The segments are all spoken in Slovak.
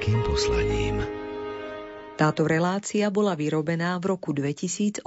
veľkým poslaním. Táto relácia bola vyrobená v roku 2018.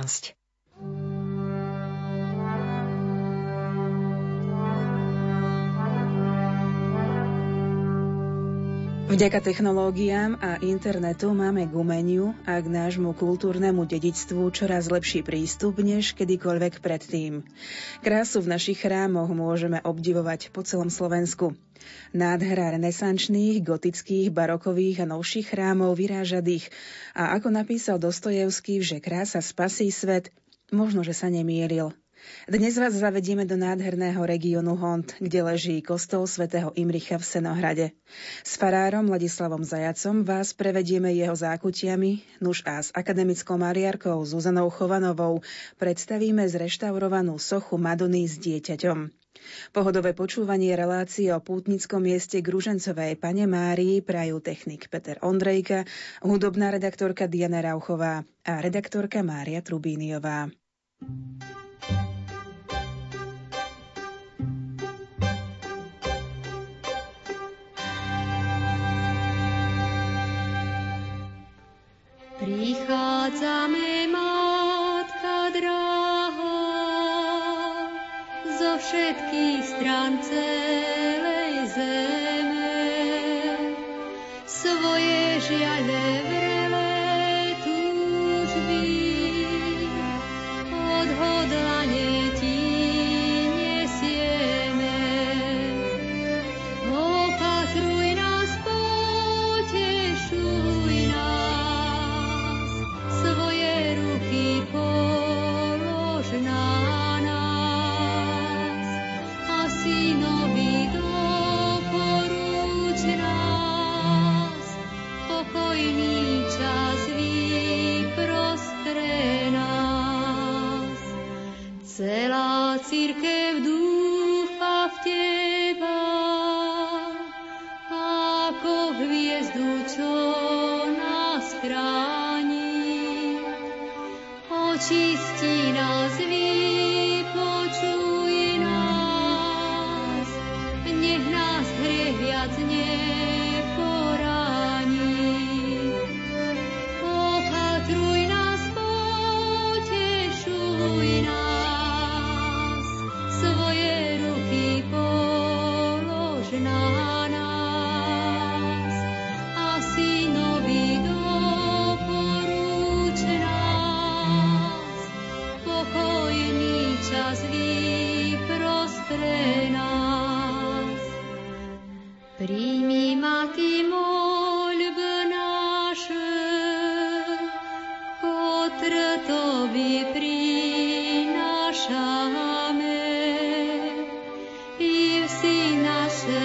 Vďaka technológiám a internetu máme k umeniu a k nášmu kultúrnemu dedičstvu čoraz lepší prístup než kedykoľvek predtým. Krásu v našich chrámoch môžeme obdivovať po celom Slovensku. Nádhera renesančných, gotických, barokových a novších chrámov vyráža dých. A ako napísal Dostojevský, že krása spasí svet, možno, že sa nemýlil. Dnes vás zavedieme do nádherného regiónu Hont, kde leží kostol svätého Imricha v Senohrade. S farárom Ladislavom Zajacom vás prevedieme jeho zákutiami, nuž a s akademickou maliarkou Zuzanou Chovanovou predstavíme zreštaurovanú sochu Madony s dieťaťom. Pohodové počúvanie relácie o pútnickom mieste k ružencovej Pane Márii prajú technik Peter Ondrejka, hudobná redaktorka Diana Rauchová a redaktorka Mária Trubíniová. Prichádzame, Matka drahá, zo všetkých strán celej zeme, svoje žiale vrele túžby, odhodlane ti nesieme. Opatruj nás, potešuj nás, svoje ruky polož na nás a synovi doporuč nás, pokojný čas vyprostre nás. Celá cirkev dúfa v teba, ako hviezdu, čo nás chráni. Očisti nás, vypočuj nás, nech nás hriech viac neporáni. Opatruj nás, potešuj nás, svoje ruky polož na nás a synovi doporuč nás, pokojný čas vyprostre nás. Príjmi, Mati, moľby naše, kotre Tobi prinášame, i vsi naše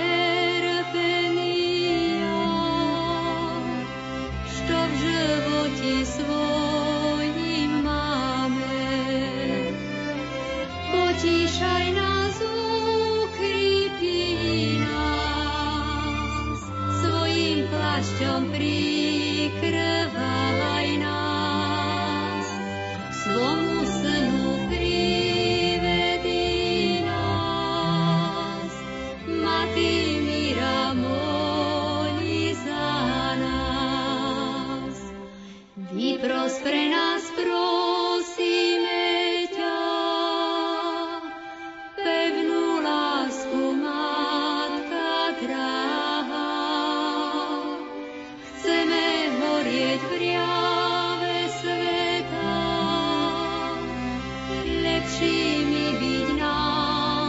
terpenia, što v životi svojim máme. Potíšaj nás, ukrypí nás, svojim plášťom prikrvaj nás, k svomu synu privedi nás. Mati míra, moli za nás, vypros pre nás, prosíme ťa, pevnú lásku, Matka drahá. Chceme horieť v riave sveta, lepšími byť nám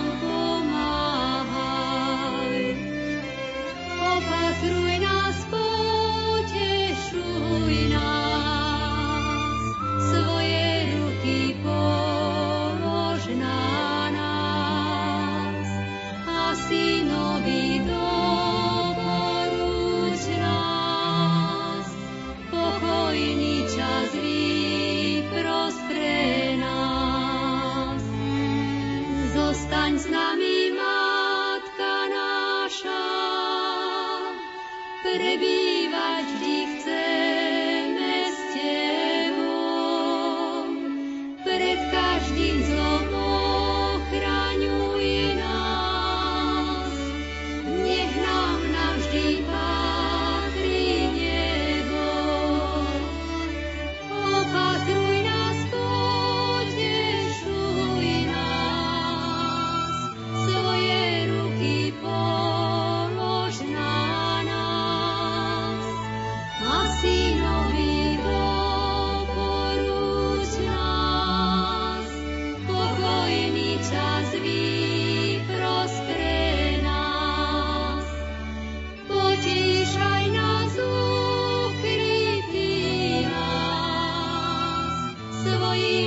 pomáhaj. Opatruj nás, potešuj nás, svoje ruky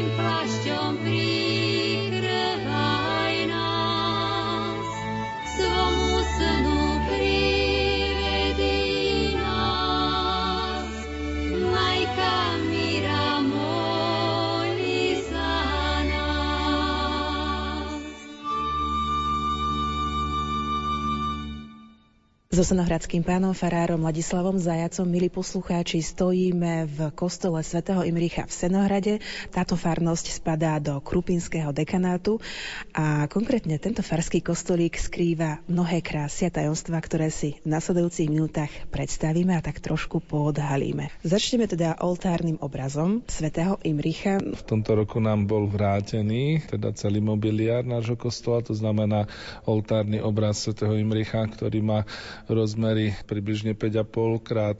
plášťom prikrývaj nás, k svomu snu privedi nás. Majka míra molí za nás. So sonohradským pánom farárom Ladislavom Zajacom, milí poslucháči, stojíme v kostole svätého Imricha v Senohrade. Táto farnosť spadá do Krupinského dekanátu a konkrétne tento farský kostolík skrýva mnohé krásy a tajomstvá, ktoré si v nasledujúcich minútach predstavíme a tak trošku poodhalíme. Začneme teda oltárnym obrazom svätého Imricha. V tomto roku nám bol vrátený teda celý mobiliár nášho kostola, to znamená oltárny obraz svätého Imricha, ktorý má rozmery približne 5,5 krát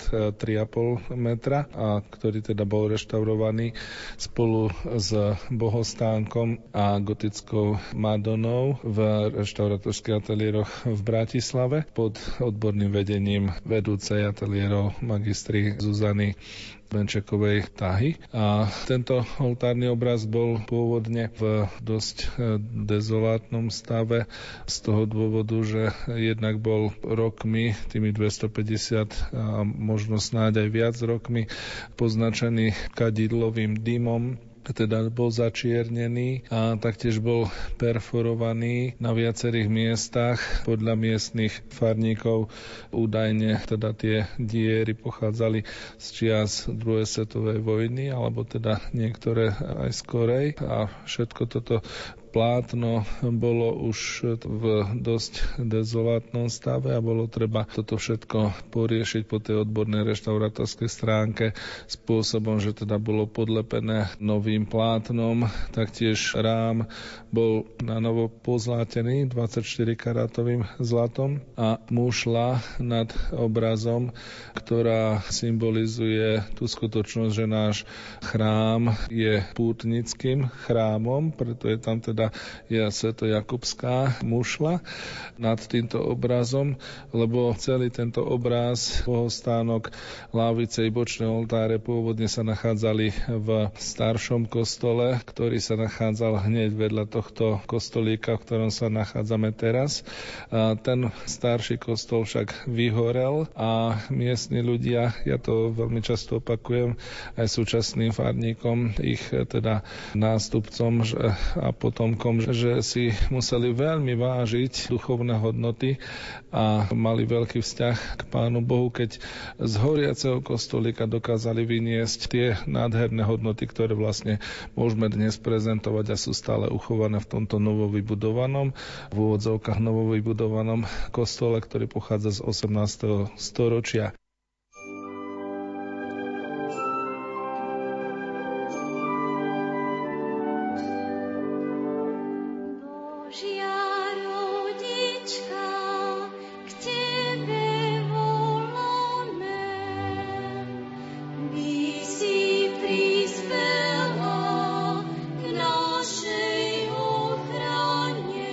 3,5 metra a ktorý teda bol reštaurovaný spolu s bohostánkom a gotickou Madonou v reštaurátorských ateliéroch v Bratislave pod odborným vedením vedúcej ateliérov magistry Zuzany Benčekovej Tahy. A tento oltárny obraz bol pôvodne v dosť dezolátnom stave z toho dôvodu, že jednak bol rokmi, tými 250 a možno snáď aj viac rokmi, poznačený kadidlovým dymom, teda bol začiernený a taktiež bol perforovaný na viacerých miestach. Podľa miestnych farníkov údajne teda tie diery pochádzali z čias druhej svetovej vojny, alebo teda niektoré aj skorej. A všetko toto plátno bolo už v dosť dezolátnom stave a bolo treba toto všetko poriešiť po tej odbornej reštaurátorskej stránke spôsobom, že teda bolo podlepené novým plátnom. Taktiež rám bol na novo pozlátený 24-karátovým zlatom a mušla nad obrazom, ktorá symbolizuje tú skutočnosť, že náš chrám je pútnickým chrámom, preto je tam teda je svetojakubská mušla nad týmto obrazom, lebo celý tento obraz, bohostánok, lávice i bočné oltáre pôvodne sa nachádzali v staršom kostole, ktorý sa nachádzal hneď vedľa tohto kostolíka, v ktorom sa nachádzame teraz. A ten starší kostol však vyhorel a miestni ľudia, ja to veľmi často opakujem, aj súčasným farníkom, ich teda nástupcom a potom že si museli veľmi vážiť duchovné hodnoty a mali veľký vzťah k Pánu Bohu, keď z horiaceho kostolíka dokázali vyniesť tie nádherné hodnoty, ktoré vlastne môžeme dnes prezentovať a sú stále uchované v tomto novovybudovanom, v úvodzovkách novovybudovanom kostole, ktorý pochádza z 18. storočia.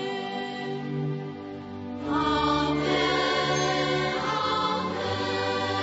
Amen, amen.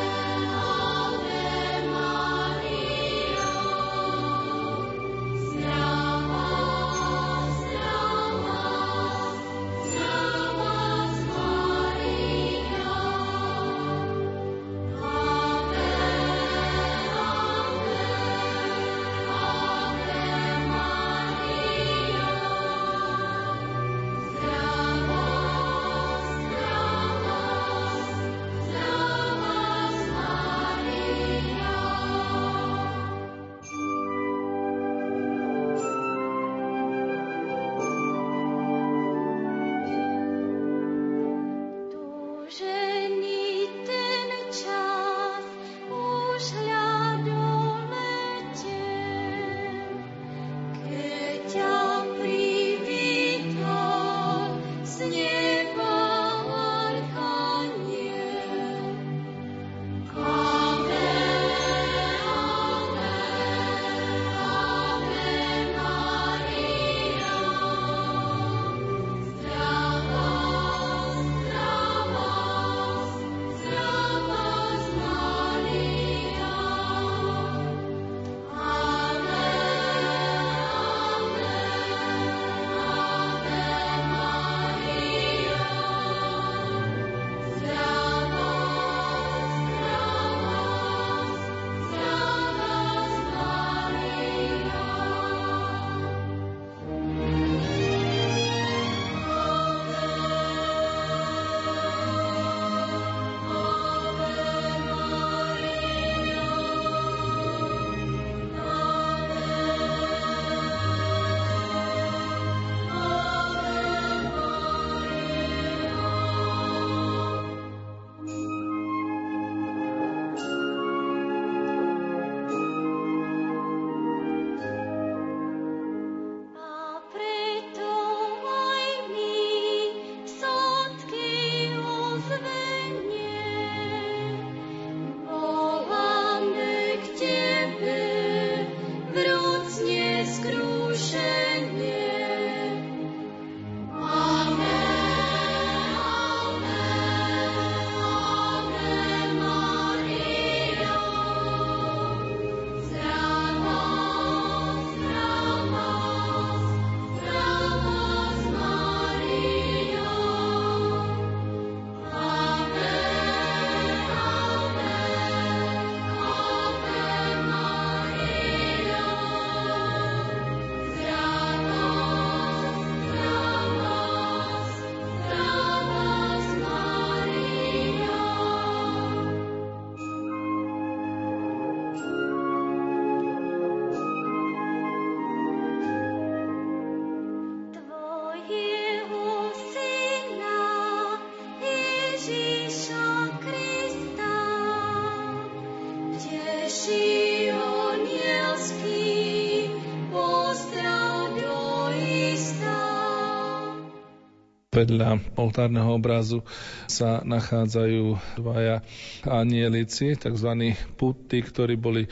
Vedľa oltárneho obrazu sa nachádzajú dvaja anielici, tzv. Putty, ktorí boli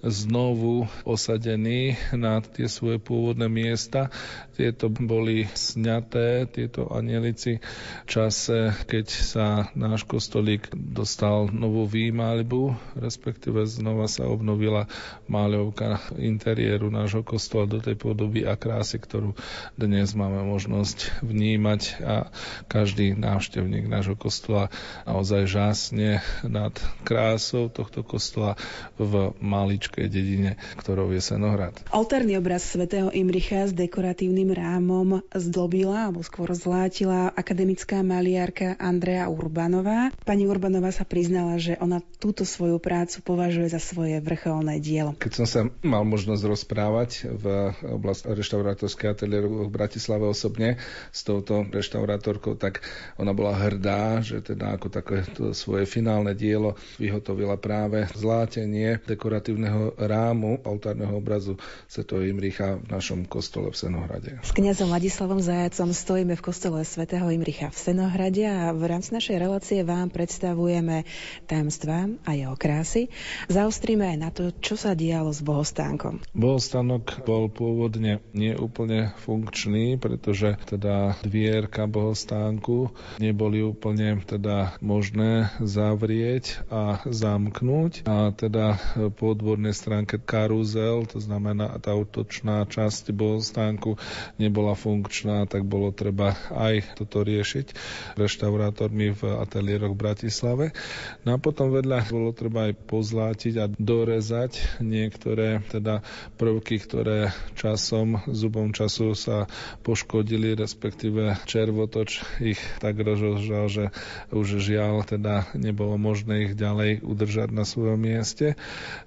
znovu osadení na tie svoje pôvodné miesta. Tieto boli sňaté, tieto anielici, v čase, keď sa náš kostolík dostal novú výmaľbu, respektíve znova sa obnovila máľovka interiéru nášho kostola do tej podoby a krásy, ktorú dnes máme možnosť vnímať a každý návštevník nášho kostola naozaj žasne nad krásou tohto kostola v maličkej dedine, ktorou je Senohrad. Oltárny obraz svätého Imricha s dekoratívnym rámom zdobila, alebo skôr zlátila akademická maliarka Andrea Urbanová. Pani Urbanová sa priznala, že ona túto svoju prácu považuje za svoje vrcholné dielo. Keď som sa mal možnosť rozprávať v oblasti reštaurátorskej ateliéru v Bratislave osobne s touto reštaurátorkou, tak ona bola hrdá, že teda ako také to svoje finálne dielo vyhotovila práve zlátenie dekoratívneho rámu oltárneho obrazu svätého Imricha v našom kostole v Senohrade. S kňazom Ladislavom Zajacom stojíme v kostole svätého Imricha v Senohrade a v rámci našej relácie vám predstavujeme tajomstvá a jeho krásy. Zaostríme aj na to, čo sa dialo s bohostánkom. Bohostánok bol pôvodne neúplne funkčný, pretože teda dvierka bohostánku neboli úplne teda možné zavrieť a zamknúť. A teda po odbornej stránke karuzel, to znamená tá útočná časť bohostánku nebola funkčná, tak bolo treba aj toto riešiť reštaurátormi v ateliéroch v Bratislave. No a potom vedľa bolo treba aj pozlátiť a dorezať niektoré teda prvky, ktoré časom, zubom času sa poškodili, respektíve červotoč ich tak rozžal, že už žiaľ teda nebolo možné ich ďalej udržať na svojom mieste.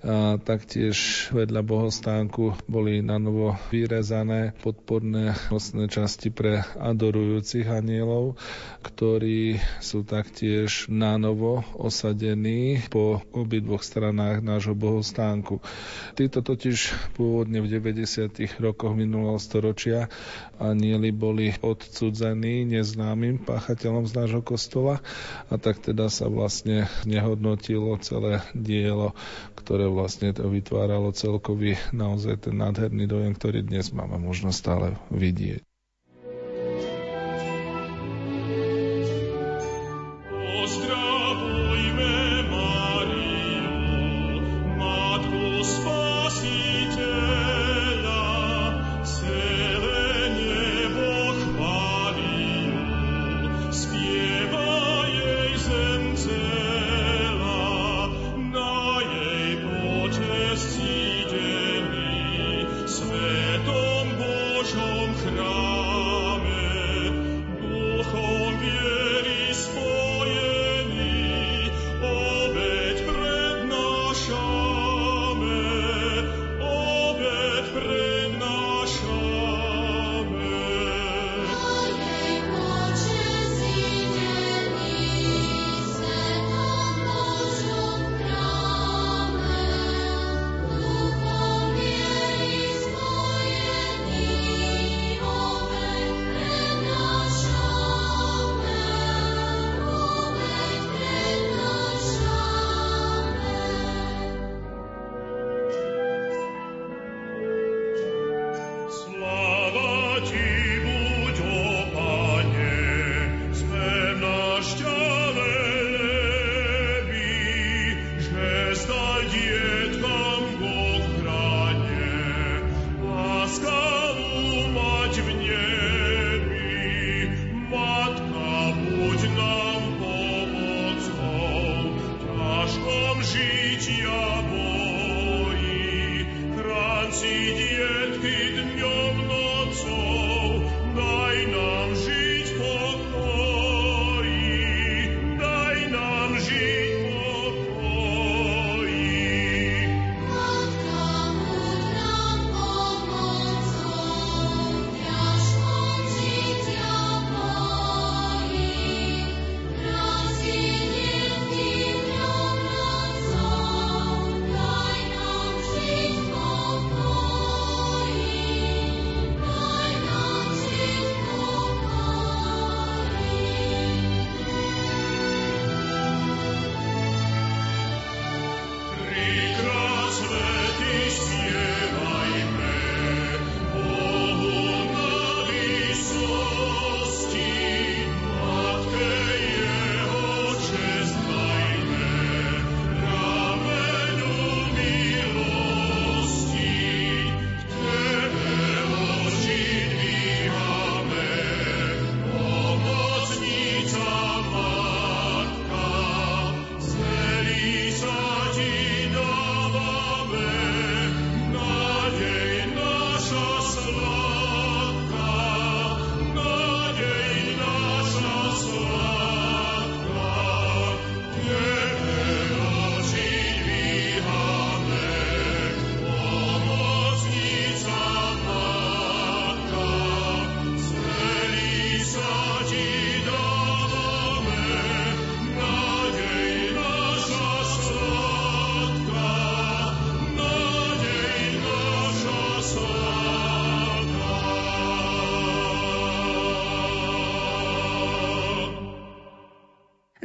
A taktiež vedľa bohostánku boli nanovo vyrezané podporné nosné časti pre adorujúcich anielov, ktorí sú taktiež nanovo osadení po obidvoch stranách nášho bohostánku. Títo totiž pôvodne v 90. rokoch minulého storočia anieli boli odcudzení neznámym páchateľom z nášho kostola a tak teda sa vlastne nehodnotilo celé dielo, ktoré vlastne to vytváralo celkový naozaj ten nádherný dojem, ktorý dnes máme možnosť stále vidieť. Oh,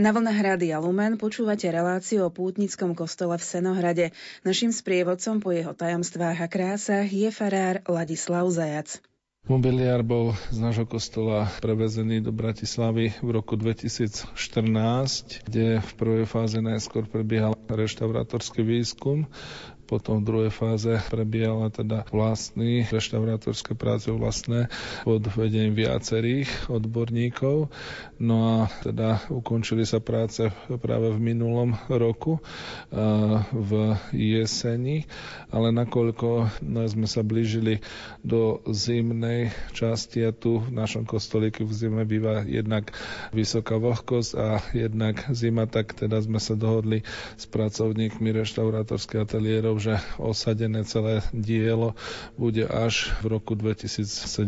Na vlnách Rádia Lumen počúvate reláciu o pútnickom kostole v Senohrade. Naším sprievodcom po jeho tajomstvách a krásach je farár Ladislav Zajac. Mobiliár bol z nášho kostola prevezený do Bratislavy v roku 2014, kde v prvej fáze najskôr prebiehal reštaurátorský výskum. Potom v druhej fáze prebiehala teda vlastný reštaurátorské práce vlastné pod vedením viacerých odborníkov. No a teda ukončili sa práce práve v minulom roku v jeseni, ale nakoľko sme sa blížili do zimnej časti a tu v našom kostolíku v zime býva jednak vysoká vlhkosť a jednak zima, tak teda sme sa dohodli s pracovníkmi reštaurátorských ateliérov, že osadené celé dielo bude až v roku 2017,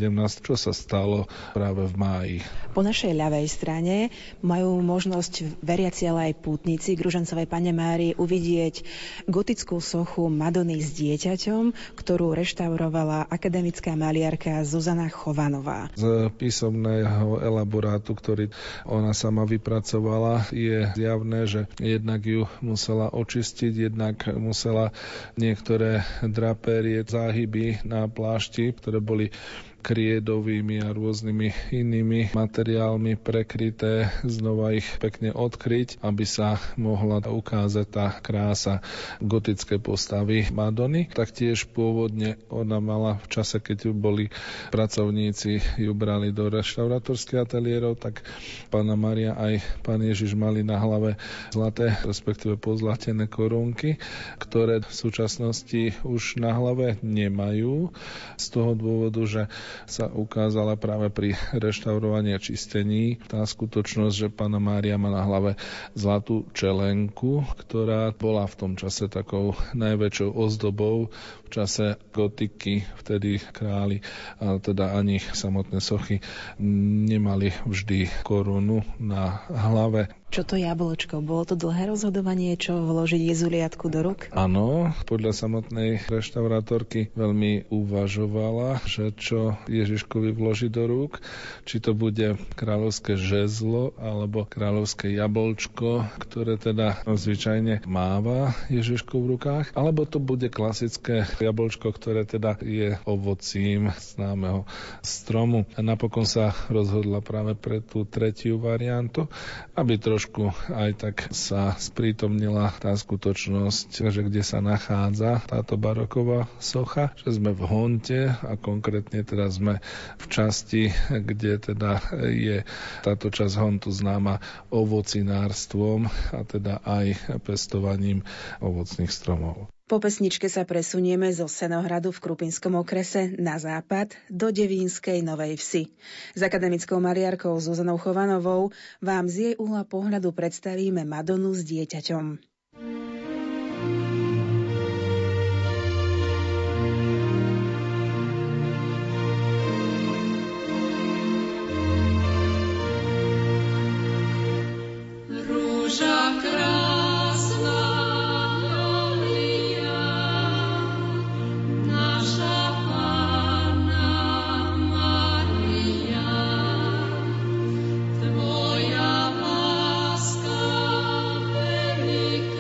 čo sa stalo práve v máji. Po našej ľavej strane majú možnosť veriaci, ale aj pútnici k Ružencovej Panne Márii uvidieť gotickú sochu Madony s dieťaťom, ktorú reštaurovala akademická maliarka Zuzana Chovanová. Z písomného elaborátu, ktorý ona sama vypracovala, je zjavné, že jednak ju musela očistiť, jednak musela niektoré drapérie, záhyby na plášti, ktoré boli kriedovými a rôznymi inými materiálmi prekryté, znova ich pekne odkryť, aby sa mohla ukázať tá krása gotickej postavy Madony. Taktiež pôvodne ona mala v čase, keď boli pracovníci, ju brali do reštaurátorských ateliérov, tak Panna Mária aj Pán Ježiš mali na hlave zlaté, respektíve pozlatené korunky, ktoré v súčasnosti už na hlave nemajú. Z toho dôvodu, že sa ukázala práve pri reštaurovaní a čistení tá skutočnosť, že Panna Mária má na hlave zlatú čelenku, ktorá bola v tom čase takou najväčšou ozdobou v čase gotiky. Vtedy králi, a teda ani samotné sochy, nemali vždy korunu na hlave. Čo to jablčko? Bolo to dlhé rozhodovanie, čo vložiť jezuliatku do rúk? Áno, podľa samotnej reštaurátorky veľmi uvažovala, že čo Ježiškovi vloží do rúk, či to bude kráľovské žezlo alebo kráľovské jablčko, ktoré teda zvyčajne máva Ježiško v rukách, alebo to bude klasické jablčko, ktoré teda je ovocím známeho stromu. A napokon sa rozhodla práve pre tú tretiu variantu, aby trošku aj tak sa sprítomnila tá skutočnosť, že kde sa nachádza táto baroková socha, že sme v Honte a konkrétne teda sme v časti, kde teda je táto časť Hontu známa ovocinárstvom a teda aj pestovaním ovocných stromov. Po pesničke sa presunieme zo Senohradu v Krupinskom okrese na západ do Devínskej Novej Vsi. S akademickou maliarkou Zuzanou Chovanovou vám z jej uhla pohľadu predstavíme Madonu s dieťaťom. Tvoja láska veľká.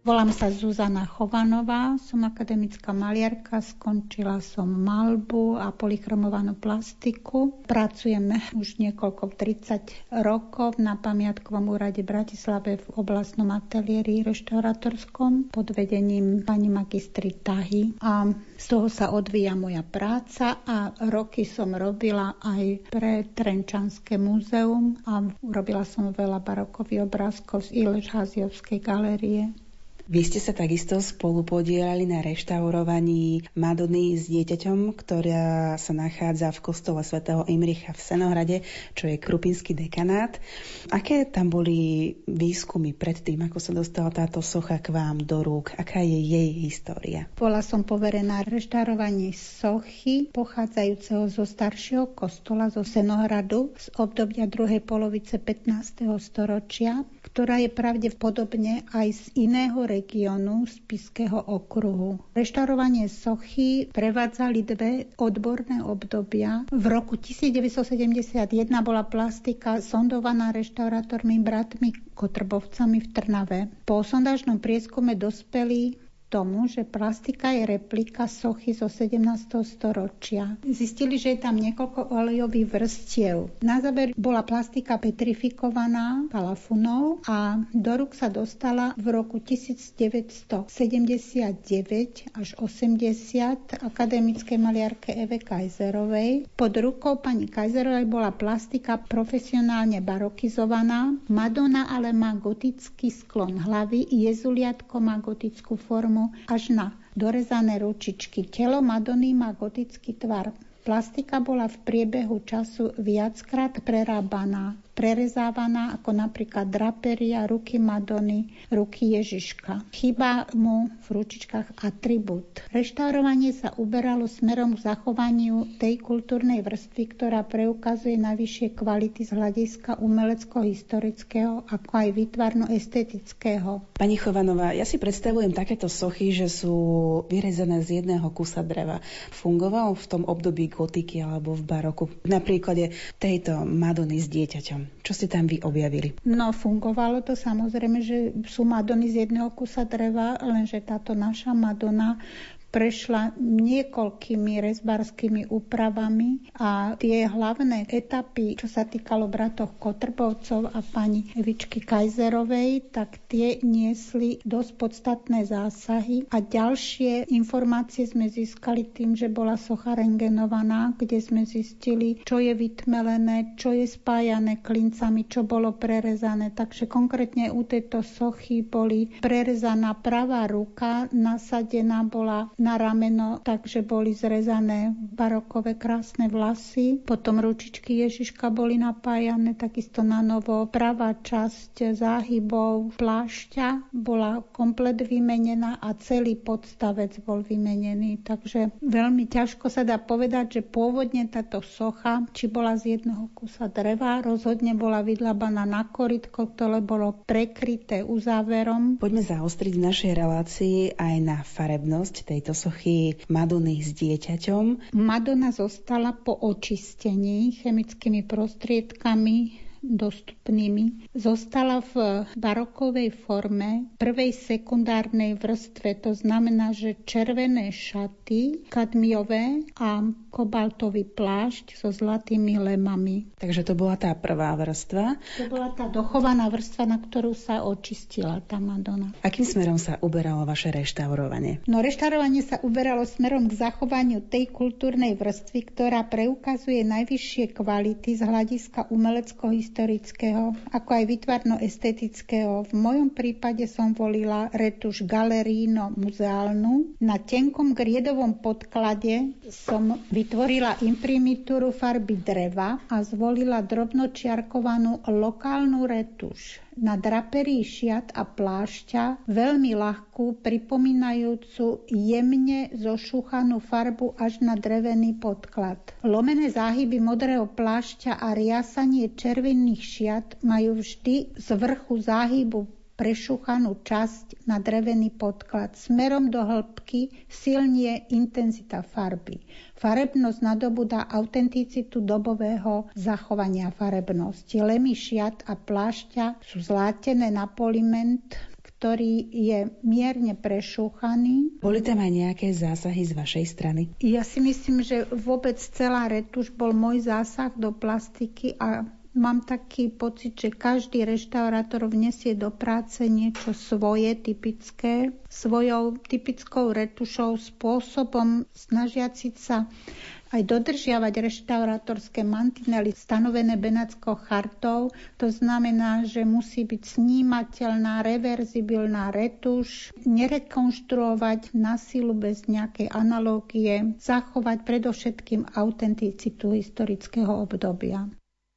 Volám sa Zuzana Chovanová, som akademická maliarka, skončila som maľbu a polychromovanú plastiku. Pracujem už niekoľko 30 rokov na pamiatkovom úrade v Bratislave v oblastnom ateliéri reštaurátorskom pod vedením pani magistry Tahy. A z toho sa odvíja moja práca a roky som robila aj pre Trenčanské múzeum a robila som veľa barokových obrázkov z Ileš Haziovskej galérie. Vy ste sa takisto spolupodielali na reštaurovaní Madony s dieťaťom, ktorá sa nachádza v kostole svätého Imricha v Senohrade, čo je krupinský dekanát. Aké tam boli výskumy predtým, ako sa dostala táto socha k vám do rúk? Aká je jej história? Bola som poverená reštaurovaní sochy pochádzajúceho zo staršieho kostola zo Senohradu z obdobia druhej polovice 15. storočia, ktorá je pravdepodobne aj z iného regiónu Spišského okruhu. Reštaurovanie sochy prevádzali dve odborné obdobia. V roku 1971 bola plastika sondovaná reštaurátormi bratmi Kotrbovcami v Trnave. Po sondážnom prieskume dospeli tomu, že plastika je replika sochy zo 17. storočia. Zistili, že je tam niekoľko olejových vrstiev. Na záver bola plastika petrifikovaná palafunou a do rúk sa dostala v roku 1979 až 80 akademickej maliarke Eve Kajzerovej. Pod rukou pani Kajzerovej bola plastika profesionálne barokizovaná. Madonna ale má gotický sklon hlavy, jezuliatko má gotickú formu až na dorezané ručičky. Telo Madony má gotický tvar. Plastika bola v priebehu času viackrát prerábaná, prerezávaná, ako napríklad draperia, ruky Madony, ruky Ježiška. Chýba mu v ručičkách atribút. Reštaurovanie sa uberalo smerom k zachovaniu tej kultúrnej vrstvy, ktorá preukazuje najvyššie kvality z hľadiska umelecko-historického, ako aj výtvarno-estetického. Pani Chovanová, ja si predstavujem takéto sochy, že sú vyrezané z jedného kusa dreva. Fungovalo v tom období gotiky alebo v baroku? Na príklade tejto Madony s dieťaťom. Čo ste tam vy objavili? No, fungovalo to samozrejme, že sú Madony z jedného kusa dreva, lenže táto naša Madonna prešla niekoľkými rezbárskymi úpravami a tie hlavné etapy, čo sa týkalo bratov Kotrbovcov a pani Evičky Kajzerovej, tak tie niesli dosť podstatné zásahy a ďalšie informácie sme získali tým, že bola socha rentgenovaná, kde sme zistili, čo je vytmelené, čo je spájané klincami, čo bolo prerezané. Takže konkrétne u tejto sochy boli prerezaná pravá ruka, nasadená bola na rameno, takže boli zrezané barokové krásne vlasy. Potom ručičky Ježiška boli napájané takisto na novo. Pravá časť záhybov plášťa bola komplet vymenená a celý podstavec bol vymenený. Takže veľmi ťažko sa dá povedať, že pôvodne táto socha, či bola z jedného kusa dreva, rozhodne bola vydlabaná na korytko, ktoré bolo prekryté uzáverom. Poďme zaostriť v našej relácii aj na farebnosť tejto sochy Madony s dieťaťom. Madonna zostala po očistení chemickými prostriedkami dostupnými. Zostala v barokovej forme prvej sekundárnej vrstve, to znamená, že červené šaty, kadmiové a kobaltový plášť so zlatými lemami. Takže to bola tá prvá vrstva. To bola tá dochovaná vrstva, na ktorú sa očistila tá Madonna. Akým smerom sa uberalo vaše reštaurovanie? No, reštaurovanie sa uberalo smerom k zachovaniu tej kultúrnej vrstvy, ktorá preukazuje najvyššie kvality z hľadiska umelecko-historického, ako aj výtvarno-estetického. V mojom prípade som volila retuš galeríno muzeálnu. Na tenkom griedovom podklade som vytvorila imprimitúru farby dreva a zvolila drobnočiarkovanú lokálnu retuš. Na draperii šiat a plášťa veľmi ľahkú, pripomínajúcu jemne zošúchanú farbu až na drevený podklad. Lomené záhyby modrého plášťa a riasanie červených šiat majú vždy z vrchu záhybu prešúchanú časť na drevený podklad. Smerom do hĺbky silnie intenzita farby. Farebnosť nadobúda autenticitu dobového zachovania farebnosti. Lemy šiat a plášťa sú zlátené na poliment, ktorý je mierne prešúchaný. Boli tam aj nejaké zásahy z vašej strany? Ja si myslím, že vôbec celá retuš bol môj zásah do plastiky a mám taký pocit, že každý reštaurátor vnesie do práce niečo svoje, typické, svojou typickou retušou, spôsobom snažiaci sa aj dodržiavať reštaurátorské mantinely stanovené Benátskou chartou. To znamená, že musí byť snímateľná, reverzibilná retuš, nerekonštruovať na silu bez nejakej analógie, zachovať predovšetkým autenticitu historického obdobia.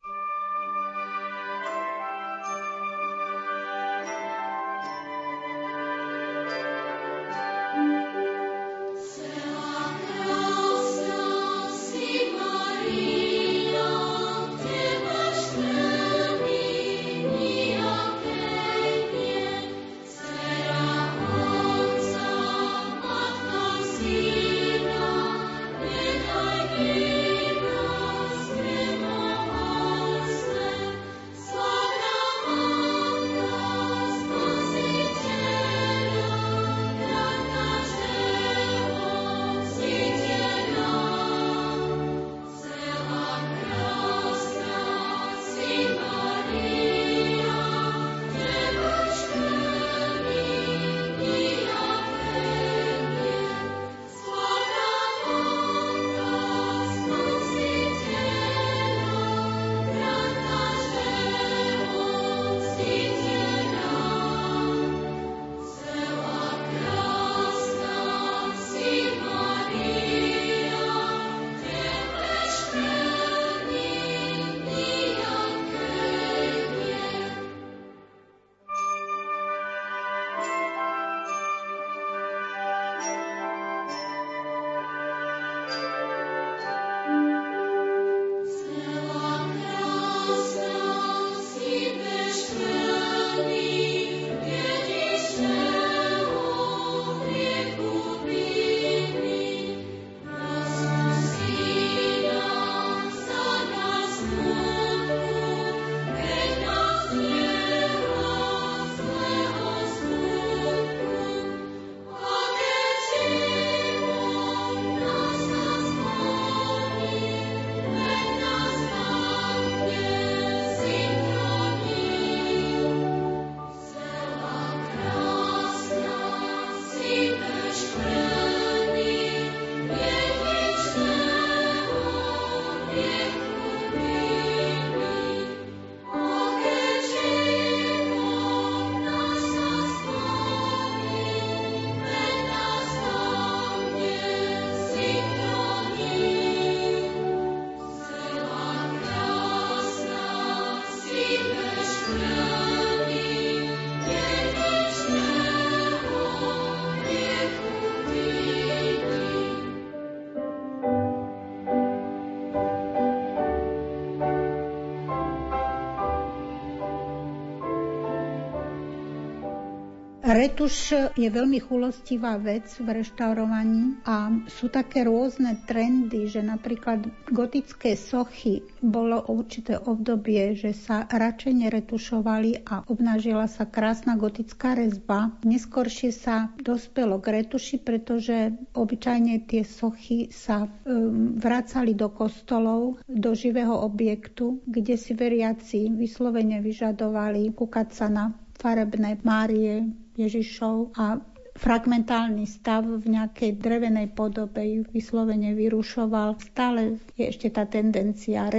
Retuš je veľmi chulostivá vec v reštaurovaní a sú také rôzne trendy, že napríklad gotické sochy bolo určité obdobie, že sa radšej neretušovali a obnažila sa krásna gotická rezba. Neskôršie sa dospelo k retuši, pretože obyčajne tie sochy sa vracali do kostolov, do živého objektu, kde si veriaci vyslovene vyžadovali kúkať sa na farebné Márie, Ježišov a fragmentálny stav v nejakej drevenej podobe ju vyslovene vyrušoval. Stále je ešte tá tendencia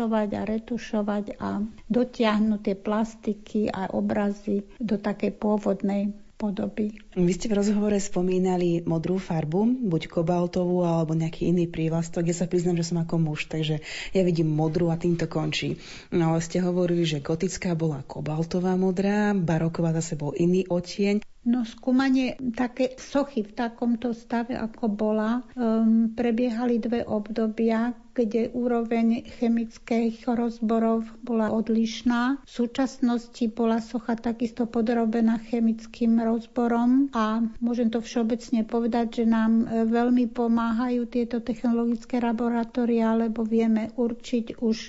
retušovať a dotiahnuť tie plastiky a obrazy do takej pôvodnej podoby. Vy ste v rozhovore spomínali modrú farbu, buď kobaltovú alebo nejaký iný prívlastok. Ja sa priznám, že som ako muž, takže ja vidím modrú a tým to končí. No ale ste hovorili, že gotická bola kobaltová modrá, baroková zase bol iný odtieň. No skúmanie také sochy v takomto stave, ako bola, prebiehali dve obdobia, kde úroveň chemických rozborov bola odlišná. V súčasnosti bola socha takisto podrobená chemickým rozborom a môžem to všeobecne povedať, že nám veľmi pomáhajú tieto technologické laboratória, lebo vieme určiť už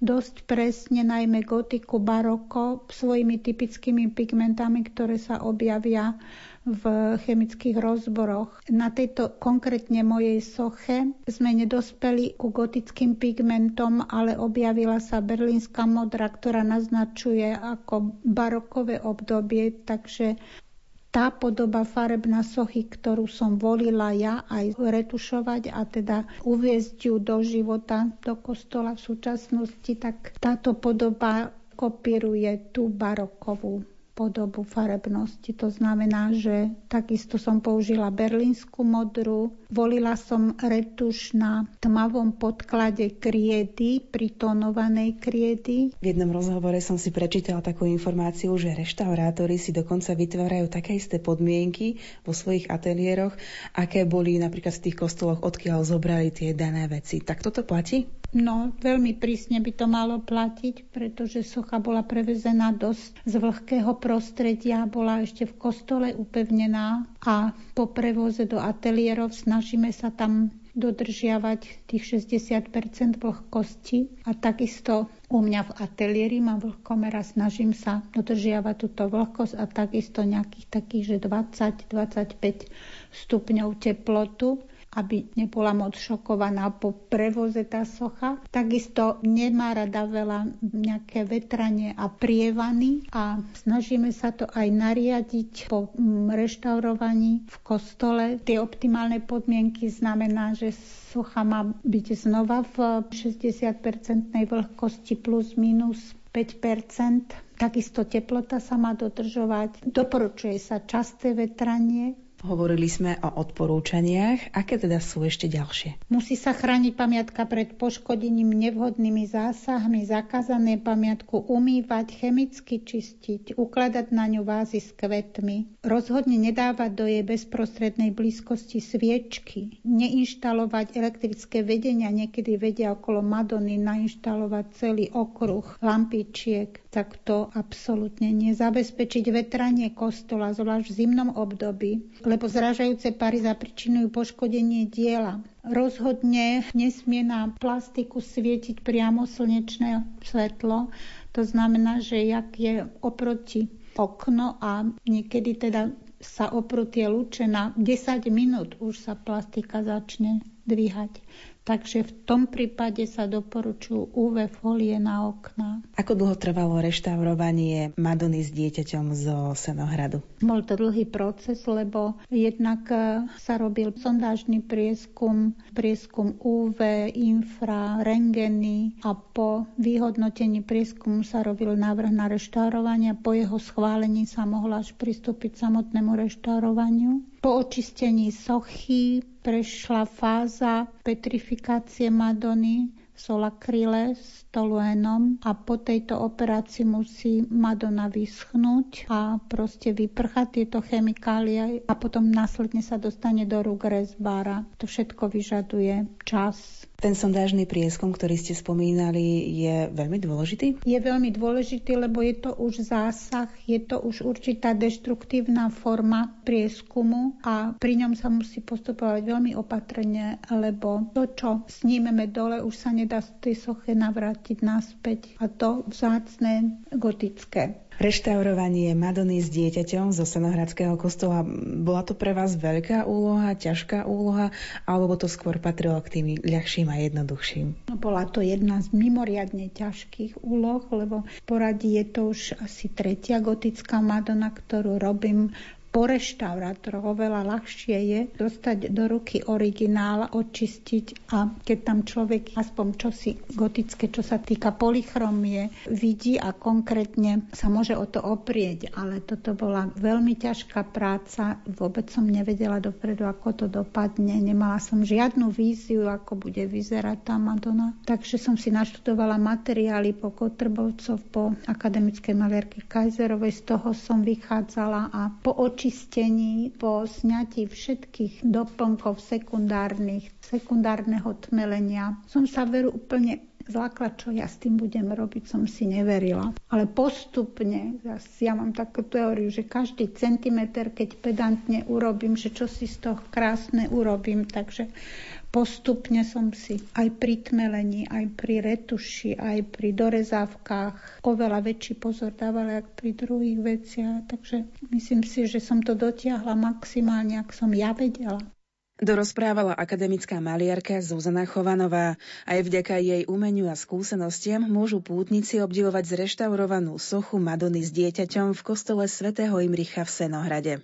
dosť presne, najmä gotiku, baroko, svojimi typickými pigmentami, ktoré sa objavia v chemických rozboroch. Na tejto konkrétne mojej soche sme nedospeli ku gotickým pigmentom, ale objavila sa berlínska modra, ktorá naznačuje ako barokové obdobie, takže tá podoba farebná sochy, ktorú som volila ja aj retušovať a teda uviesť ju do života, do kostola v súčasnosti, tak táto podoba kopíruje tú barokovú podobu farebnosti. To znamená, že takisto som použila berlínsku modru, volila som retuš na tmavom podklade kriedy, pritónovanej kriedy. V jednom rozhovore som si prečítala takú informáciu, že reštaurátori si dokonca vytvárajú také isté podmienky vo svojich ateliéroch, aké boli napríklad v tých kostoloch, odkiaľ zobrali tie dané veci. Tak toto platí? No, veľmi prísne by to malo platiť, pretože socha bola prevezená dosť z vlhkého prostredia, bola ešte v kostole upevnená a po prevoze do ateliérov snažíme sa tam dodržiavať tých 60% vlhkosti a takisto u mňa v ateliéri mám vlhkomera, snažím sa dodržiavať túto vlhkosť a takisto nejakých takých, že 20-25 stupňov teplotu, aby nebola moc šokovaná po prevoze tá socha. Takisto nemá rada veľa nejaké vetranie a prievany a snažíme sa to aj nariadiť po reštaurovaní v kostole. Tie optimálne podmienky znamená, že socha má byť znova v 60% vlhkosti plus minus 5%. Takisto teplota sa má dodržovať. Doporučuje sa časté vetranie. Hovorili sme o odporúčaniach. Aké teda sú ešte ďalšie? Musí sa chrániť pamiatka pred poškodením nevhodnými zásahmi, zakázané pamiatku umývať, chemicky čistiť, ukladať na ňu vázy s kvetmi. Rozhodne nedávať do jej bezprostrednej blízkosti sviečky, neinštalovať elektrické vedenia, niekedy vedia okolo Madony nainštalovať celý okruh lampičiek. Tak to absolútne nezabezpečiť vetranie kostola, zvlášť v zimnom období, lebo zrážajúce pary zapričinujú poškodenie diela. Rozhodne nesmie na plastiku svietiť priamo slnečné svetlo. To znamená, že jak je oproti okno a niekedy teda sa oprú tie lúče na 10 minút už sa plastika začne dvíhať. Takže v tom prípade sa doporučujú UV folie na okná. Ako dlho trvalo reštaurovanie Madony s dieťaťom zo Senohradu? Bol to dlhý proces, lebo jednak sa robil sondážny prieskum UV, infra, rentgeny a po vyhodnotení prieskumu sa robil návrh na reštaurovanie. Po jeho schválení sa mohlo až pristúpiť k samotnému reštaurovaniu. Po očistení sochy prešla fáza petrifikácie Madony solakrile s toluénom a po tejto operácii musí Madonna vyschnúť a proste vyprchať tieto chemikálie a potom následne sa dostane do rúk rezbára. To všetko vyžaduje čas. Ten sondážny prieskum, ktorý ste spomínali, je veľmi dôležitý? Je veľmi dôležitý, lebo je to už zásah, je to už určitá deštruktívna forma prieskumu a pri ňom sa musí postupovať veľmi opatrne, lebo to, čo snímeme dole, už sa nedá z tej soche navrátiť naspäť a to vzácne gotické. Reštaurovanie Madony s dieťaťom zo Senohradského kostola, bola to pre vás veľká úloha, ťažká úloha, alebo to skôr patrilo k tým ľahším a jednoduchším? Bola to jedna z mimoriadne ťažkých úloh, lebo v poradí je to už asi 3. gotická Madonna, ktorú robím po reštaurátoroch. Oveľa ľahšie je dostať do ruky originál, očistiť a keď tam človek aspoň čosi gotické, čo sa týka polychromie, vidí a konkrétne sa môže o to oprieť. Ale toto bola veľmi ťažká práca. Vôbec som nevedela dopredu, ako to dopadne. Nemala som žiadnu víziu, ako bude vyzerať tá Madonna. Takže som si naštudovala materiály po Kotrbovcov, po akademickej maliarke Kajzerovej. Z toho som vychádzala a po očistení, po sňatí všetkých doplnkov sekundárneho tmelenia som sa veru úplne základ, čo ja s tým budem robiť, som si neverila. Ale postupne, ja mám takú teóriu, že každý centimeter, keď pedantne urobím, že čo si z toho krásne urobím, takže postupne som si aj pri tmelení, aj pri retuši, aj pri dorezávkach oveľa väčší pozor dávala, ako pri druhých veciach. Takže myslím si, že som to dotiahla maximálne, ak som ja vedela. Dorozprávala akademická maliarka Zuzana Chovanová. Aj vďaka jej umeniu a skúsenostiam môžu pútnici obdivovať zreštaurovanú sochu Madony s dieťaťom v kostole svätého Imricha v Senohrade.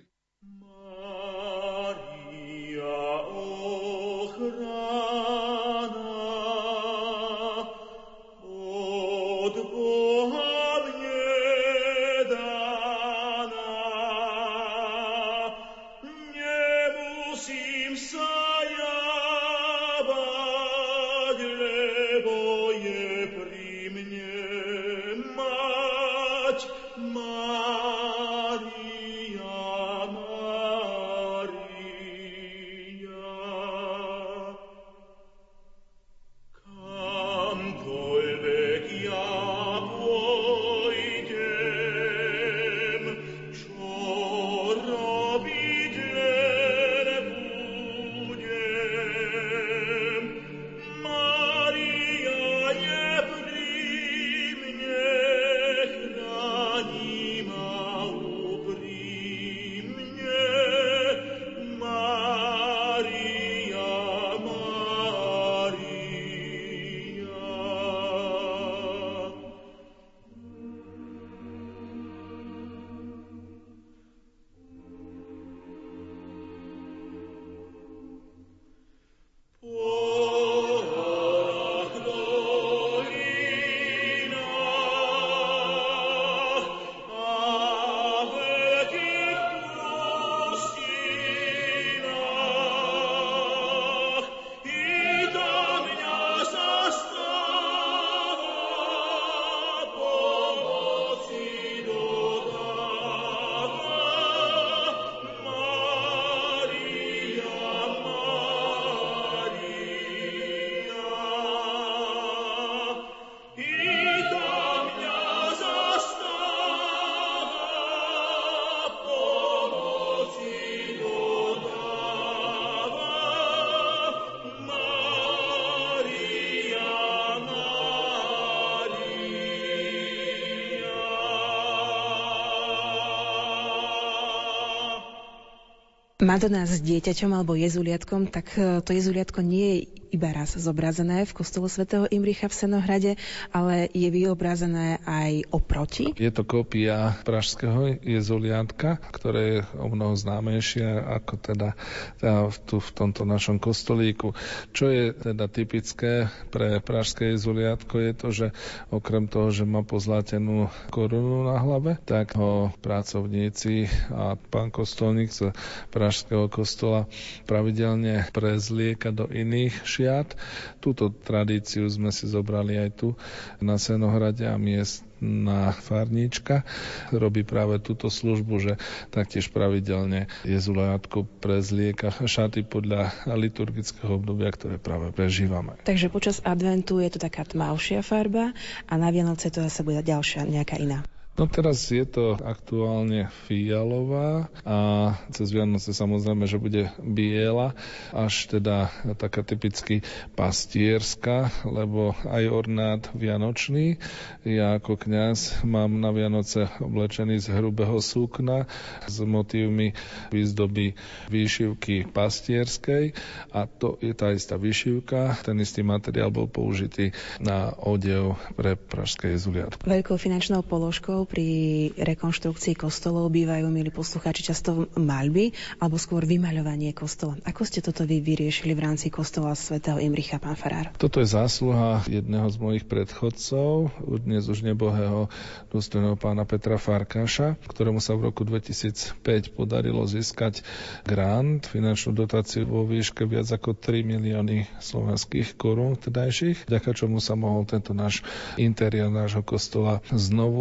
Madonna s dieťaťom alebo jezuliatkom, tak to jezuliatko nie je iba raz zobrazené v kostole svätého Imricha v Senohrade, ale je vyobrazené aj oproti. Je to kópia pražského jezuliatka, ktoré je o mnoho známejšie ako teda tu v tomto našom kostolíku. Čo je teda typické pre pražské jezuliatko je to, že okrem toho, že má pozlatenú korunu na hlave, tak ho pracovníci a pán kostolník z pražského kostola pravidelne prezlieka do iných šiat. Túto tradíciu sme si zobrali aj tu na Senohrade a miestna farníčka robí práve túto službu, že taktiež pravidelne jezuliatko prezlieka šaty podľa liturgického obdobia, ktoré práve prežívame. Takže počas adventu je to taká tmavšia farba a na Vianoce to zase bude ďalšia, nejaká iná. No teraz je to aktuálne fialová a cez Vianoce samozrejme, že bude biela, až teda taká typicky pastierska, lebo aj ornát vianočný. Ja ako kňaz mám na Vianoce oblečený z hrubého sukna s motívmi výzdoby výšivky pastierskej a to je tá istá výšivka. Ten istý materiál bol použitý na odev pre pražské jezuliatko. Veľkou finančnou položkou pri rekonštrukcii kostolov bývajú, milí poslucháči, často maľby alebo skôr vymaľovanie kostola. Ako ste toto vy vyriešili v rámci kostola svätého Imricha, pán farár? Toto je zásluha jedného z mojich predchodcov, dnes už nebohého dôstojného pána Petra Farkáša, ktorému sa v roku 2005 podarilo získať grant, finančnú dotáciu vo výške viac ako 3 milióny slovenských korún vtedajších, vďaka čomu sa mohol tento náš interiér nášho kostola znovu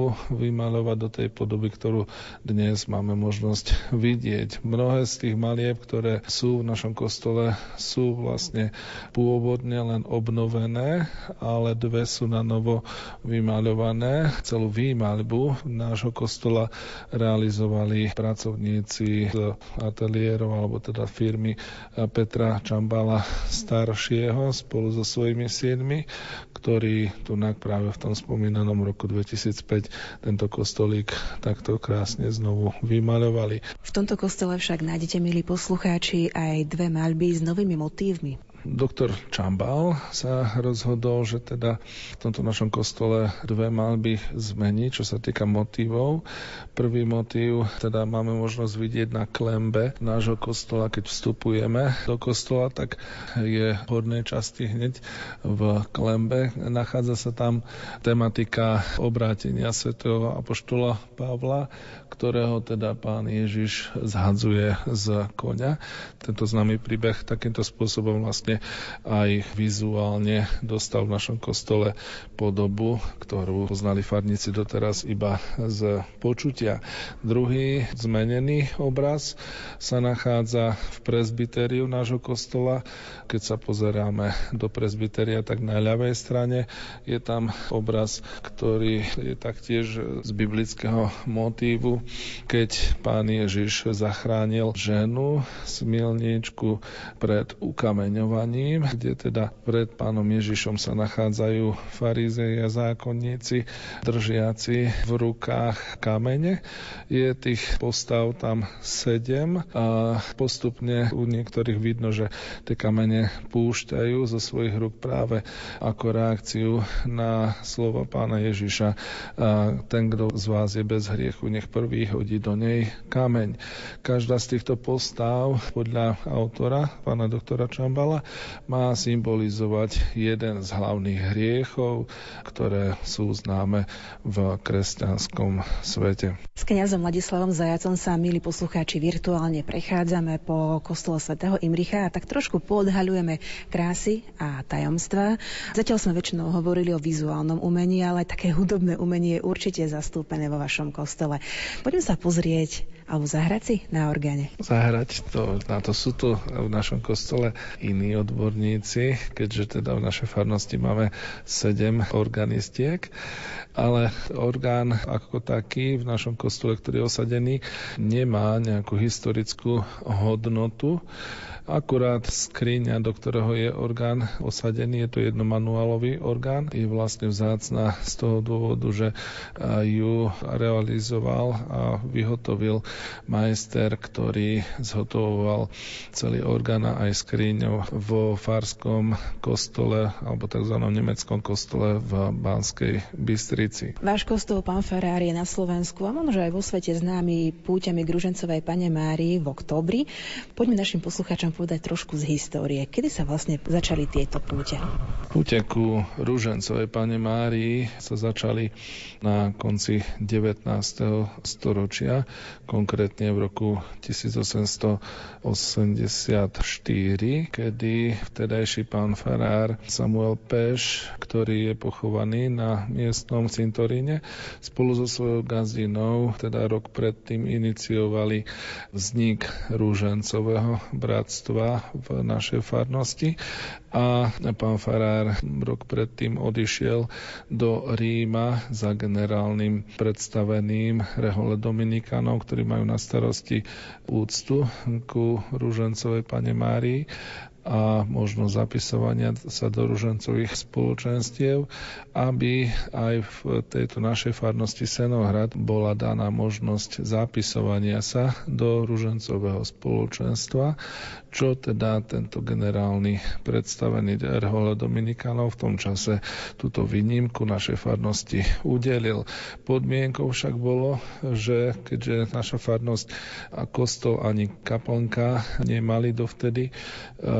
vymaľovať do tej podoby, ktorú dnes máme možnosť vidieť. Mnohé z tých malieb, ktoré sú v našom kostole, sú vlastne pôvodne len obnovené, ale dve sú na novo vymaľované. Celú výmaľbu nášho kostola realizovali pracovníci z ateliérov, alebo teda firmy Petra Čambala staršieho spolu so svojimi synmi, ktorí tu práve v tom spomínanom roku 2005 tento kostolík takto krásne znovu vymaľovali. V tomto kostole však nájdete, milí poslucháči, aj dve maľby s novými motívmi. Doktor Čambal sa rozhodol, že teda v tomto našom kostole dve maľby zmení, čo sa týka motívov. Prvý motív teda máme možnosť vidieť na klembe nášho kostola. Keď vstupujeme do kostola, tak je v hornej časti hneď v klembe. Nachádza sa tam tematika obrátenia svätého apoštola Pavla, ktorého teda Pán Ježiš zhadzuje z koňa. Tento známy príbeh takýmto spôsobom vlastne aj vizuálne dostal v našom kostole podobu, ktorú poznali farníci doteraz iba z počutia. Druhý zmenený obraz sa nachádza v presbytériu nášho kostola. Keď sa pozeráme do presbytéria, tak na ľavej strane je tam obraz, ktorý je taktiež z biblického motívu, keď Pán Ježiš zachránil ženu, smilníčku pred ukameňovaním, kde teda pred Pánom Ježišom sa nachádzajú farizei a zákonníci, držiaci v rukách kamene. Je tých postav tam 7 a postupne u niektorých vidno, že tie kamene púšťajú zo svojich rúk práve ako reakciu na slova Pána Ježiša. A ten, kto z vás je bez hriechu, nech prvý hodí do nej kameň. Každá z týchto postav podľa autora, pána doktora Čambala, má symbolizovať jeden z hlavných hriechov, ktoré sú známe v kresťanskom svete. S kňazom Ladislavom Zajacom sa, milí poslucháči, virtuálne prechádzame po kostole svätého Imricha a tak trošku poodhaľujeme krásy a tajomstvá. Zatiaľ sme väčšinou hovorili o vizuálnom umení, ale také hudobné umenie je určite zastúpené vo vašom kostole. Poďme sa pozrieť alebo zahrať si na orgáne. Zahrať to, na to sú tu v našom kostole iní odborníci, keďže teda v našej farnosti máme 7 organistiek, ale orgán ako taký v našom kostole, ktorý je osadený, nemá nejakú historickú hodnotu. Akurát skriňa, do ktorého je orgán osadený, je to jednomanuálový orgán, je vlastne vzácna z toho dôvodu, že ju realizoval a vyhotovil majster, ktorý zhotovoval celý orgán a aj skriňu vo farskom kostole alebo tzv. Nemeckom kostole v Banskej Bystrici. Váš kostol, pán farár, je na Slovensku a možno aj vo svete známy púťami k Ružencovej Panne Márii v októbri. Poďme našim poslucháčom povedať trošku z histórie. Kedy sa vlastne začali tieto púte? Púte ku Ružencovej Panne Márii sa začali na konci 19. storočia, konkrétne v roku 1884, kedy vtedajší pán farár Samuel Peš, ktorý je pochovaný na miestnom cintoríne, spolu so svojou gazdinou, teda rok predtým iniciovali vznik Ružencového bratstva v našej farnosti a pán farár rok predtým odišiel do Ríma za generálnym predstaveným rehole Dominikánov, ktorí majú na starosti úctu ku Ružencovej Panne Márii a možnosť zapisovania sa do ružencových spoločenstiev, aby aj v tejto našej farnosti Senohrad bola daná možnosť zapisovania sa do ružencového spoločenstva, čo teda tento generálny predstavený rehole Dominikánov v tom čase túto výnimku našej farnosti udelil. Podmienkou však bolo, že keďže naša farnosť a kostol ani kaplnka nemali dovtedy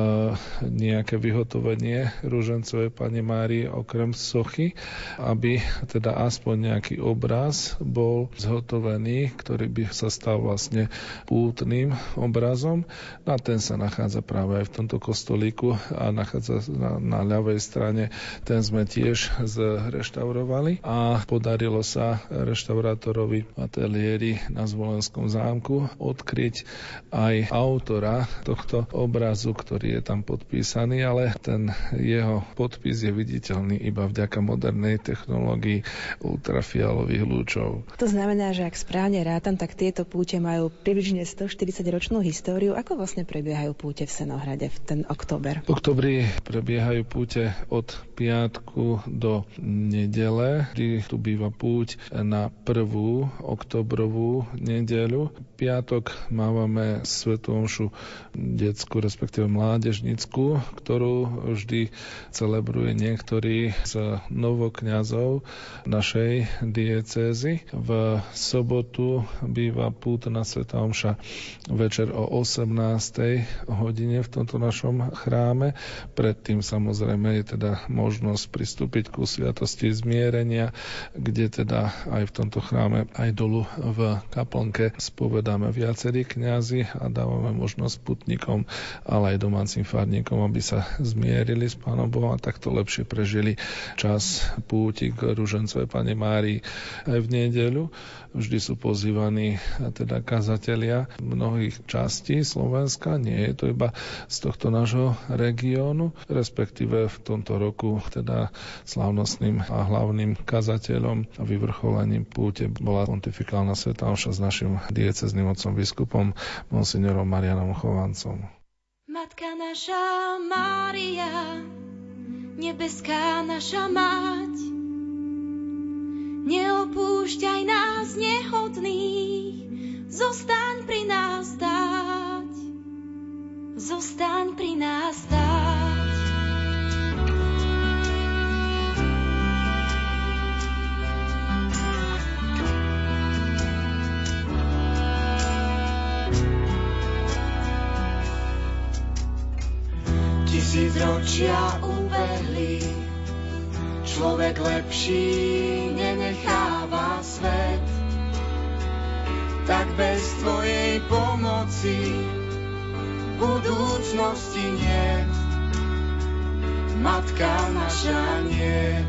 nejaké vyhotovenie ružencovej Panny Márie okrem sochy, aby teda aspoň nejaký obraz bol zhotovený, ktorý by sa stal vlastne pútnym obrazom. A ten sa nachádza práve aj v tomto kostolíku a nachádza na ľavej strane. Ten sme tiež zreštaurovali a podarilo sa reštaurátorovi v ateliéri na Zvolenskom zámku odkryť aj autora tohto obrazu, ktorý je tam podpísaný, ale ten jeho podpis je viditeľný iba vďaka modernej technológii ultrafialových lúčov. To znamená, že ak správne rátam, tak tieto púte majú približne 140-ročnú históriu. Ako vlastne prebiehajú púte v Senohrade v ten október? V októbri prebiehajú púte od piatku do nedele, kdy tu býva púť na 1. októbrovú nedeľu. Piatok mávame svätú omšu detskú, respektíve mládežnickú, ktorú vždy celebruje niektorý z novokňazov našej diecézy. V sobotu býva pútna svätá omša večer o 18. hodine v tomto našom chráme. Predtým samozrejme je teda možnosť pristúpiť ku sviatosti zmierenia, kde teda aj v tomto chráme, aj dolu v kaplnke spovedáme viacerí kňazi a dávame možnosť putníkom, ale aj domácim farníkom, aby sa zmierili s Pánom Bohom a takto lepšie prežili čas púti k ružencovej Panne Márii aj v nedeľu. Vždy sú pozývaní teda kazatelia mnohých častí Slovenska, nie je to iba z tohto nášho regiónu, respektíve v tomto roku teda slávnostným a hlavným kazateľom a vyvrcholením púte bola pontifikálna svätá omša s našim diecéznym otcom biskupom monsignorom Marianom Chovancom. Matka naša Mária, nebeská naša mať, neopúšťaj nás nehodných, zostaň pri nás stáť, zostaň pri nás stáť. Tisícročia ubehli, človek lepší nenecháva svet, tak bez tvojej pomoci budúcnosti niet. Matka naša niet.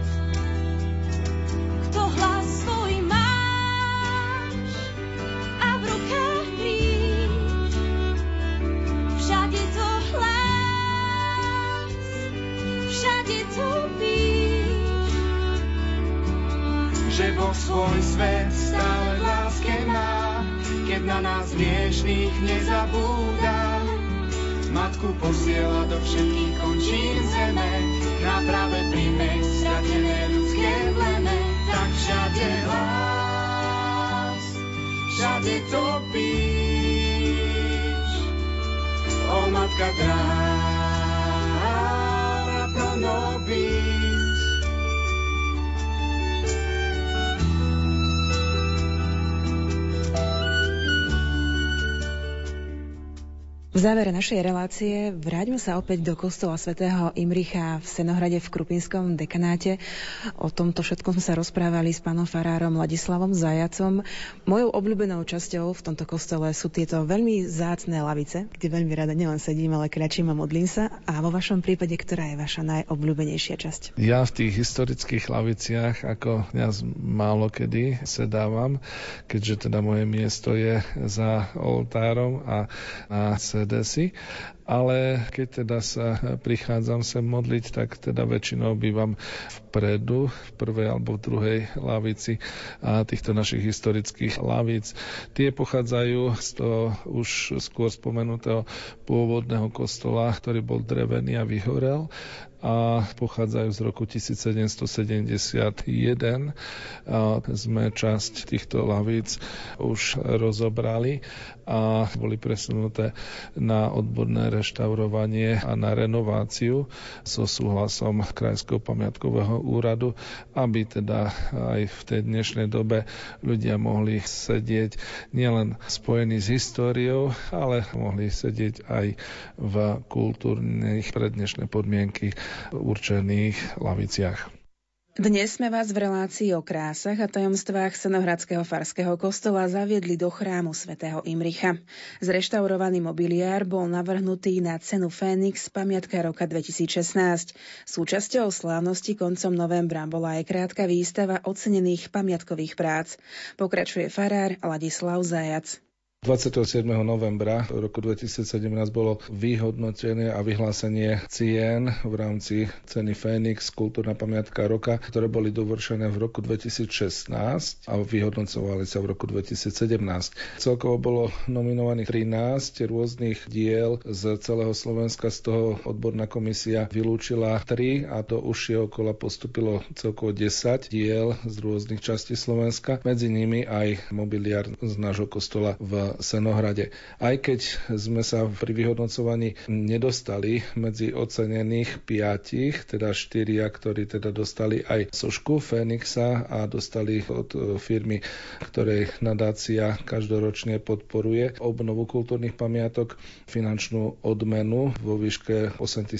Kto hlas svoj máš a v rukách kríž, všade to hlas, všade to píš, že Boh svoj svet stále v láske má, keď na nás hriešných nezabúda. Matku posiela do všetkých končín zeme, náprave príjme stratené ľudské pleme. Tak všade hlas, všade to píš, o matka dráva pro nobis. V závere našej relácie vráťme sa opäť do kostola svätého Imricha v Senohrade v Krupinskom dekanáte. O tomto všetkom sme sa rozprávali s pánom farárom Ladislavom Zajacom. Mojou obľúbenou časťou v tomto kostole sú tieto veľmi vzácne lavice, kde veľmi rada nielen sedím, ale kľačím a modlím sa. A vo vašom prípade, ktorá je vaša najobľúbenejšia časť? Ja v tých historických laviciach ako kňaz málo kedy sedávam, keďže teda moje miesto je za oltárom a na sedesi, ale keď teda sa prichádzam sem modliť, tak teda väčšinou bývam vpredu, v prvej alebo v druhej lavici a týchto našich historických lavíc. Tie pochádzajú z toho už skôr spomenutého pôvodného kostola, ktorý bol drevený a vyhorel. a pochádzajú z roku 1771. Sme časť týchto lavíc už rozobrali a boli presunuté na odborné reštaurovanie a na renováciu so súhlasom Krajského pamiatkového úradu, aby teda aj v tej dnešnej dobe ľudia mohli sedieť nielen spojení s históriou, ale mohli sedieť aj v kultúrnych pre dnešné podmienky určených laviciach. Dnes sme vás v relácii o krásach a tajomstvách Senohradského farského kostola zaviedli do chrámu svätého Imricha. Zreštaurovaný mobiliár bol navrhnutý na cenu Fénix pamiatka roka 2016. Súčasťou slávnosti koncom novembra bola aj krátka výstava ocenených pamiatkových prác. Pokračuje farár Ladislav Zajac. 27. novembra roku 2017 bolo vyhodnotené a vyhlásenie cien v rámci ceny Fénix kultúrna pamiatka roka, ktoré boli dovršené v roku 2016 a vyhodnocovali sa v roku 2017. Celkovo bolo nominovaných 13 rôznych diel z celého Slovenska, z toho odborná komisia vylúčila 3 a do užšieho kola postupilo celkovo 10 diel z rôznych častí Slovenska, medzi nimi aj mobiliár z nášho kostola v Senohrade. Aj keď sme sa pri vyhodnocovaní nedostali medzi ocenených 5, teda 4, ktorí teda dostali aj sošku Fénixa a dostali od firmy, ktorej nadácia každoročne podporuje obnovu kultúrnych pamiatok finančnú odmenu vo výške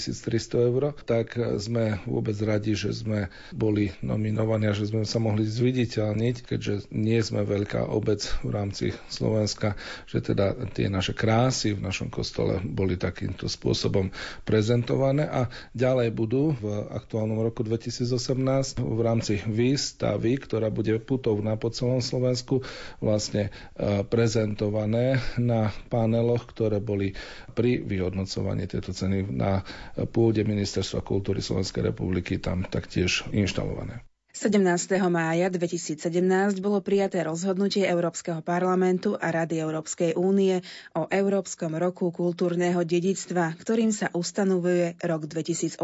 8300 eur, tak sme vôbec radi, že sme boli nominovaní a že sme sa mohli zviditeľniť, keďže nie sme veľká obec v rámci Slovenska, že teda tie naše krásy v našom kostole boli takýmto spôsobom prezentované a ďalej budú v aktuálnom roku 2018 v rámci výstavy, ktorá bude putovná po celom Slovensku, vlastne prezentované na paneloch, ktoré boli pri vyhodnocovaní tejto ceny na pôde Ministerstva kultúry Slovenskej republiky tam taktiež inštalované. 17. mája 2017 bolo prijaté rozhodnutie Európskeho parlamentu a Rady Európskej únie o Európskom roku kultúrneho dedičstva, ktorým sa ustanovuje rok 2018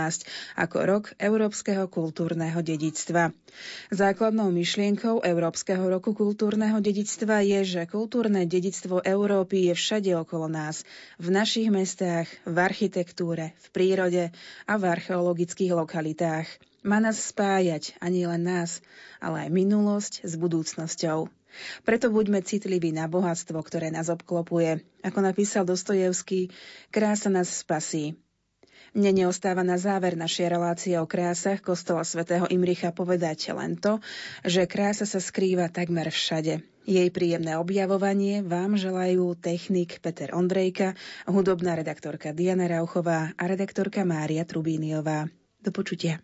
ako rok Európskeho kultúrneho dedičstva. Základnou myšlienkou Európskeho roku kultúrneho dedičstva je, že kultúrne dedičstvo Európy je všade okolo nás, v našich mestách, v architektúre, v prírode a v archeologických lokalitách. Má nás spájať, a nie len nás, ale aj minulosť s budúcnosťou. Preto buďme citliví na bohatstvo, ktoré nás obklopuje. Ako napísal Dostojevský, krása nás spasí. Mne neostáva na záver našej relácie o krásach kostola svätého Imricha povedať len to, že krása sa skrýva takmer všade. Jej príjemné objavovanie vám želajú technik Peter Ondrejka, hudobná redaktorka Diana Rauchová a redaktorka Mária Trubíniová. Do počutia.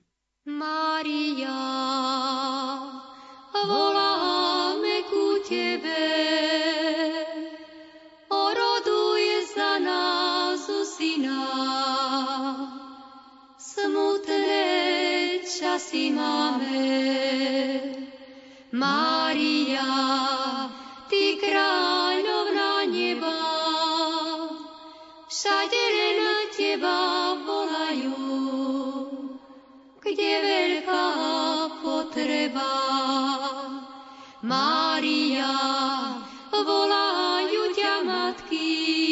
Mária, voláme ku Tebe, oroduj za nás u Syna. Smutné časy máme, Mária, Ty kráľovná neba, všade len Teba volajú, kde veľká potreba. Mária, volajú ťa matky,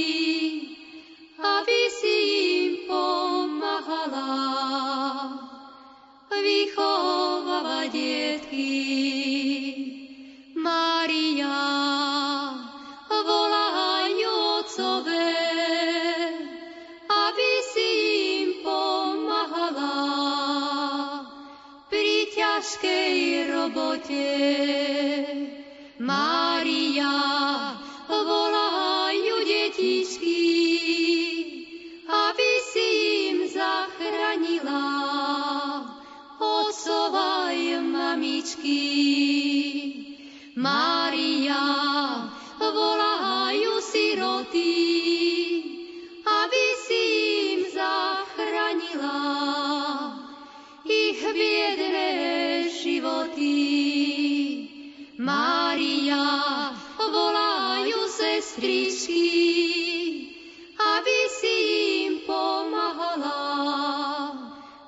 aby si im pomáhala vychovávať detky. Mária, volajú otcové, aby si im pomáhala pri ťažkej robote. Mária, volajú detičky, aby si im zachránila otcova aj mamičky. Mária, volajú siroty, aby si im zachránila ich biedné životy. Mária, volajú sestričky, aby si im pomáhala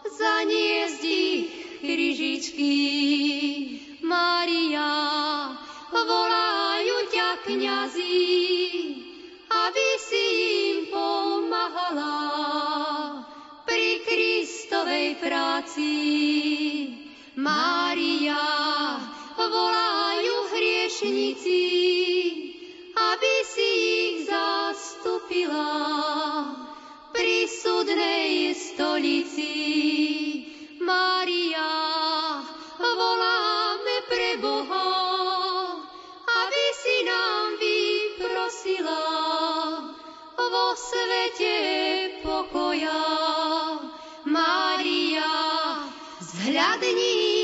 aby si im pomáhala pri Kristovej práci. Mária, volajú hriešnici, aby si ich zastúpila pri súdnej stolici. Mária, voláme pre Boha, aby si nám vyprosila vo svete pokoja. Mária, zhľadni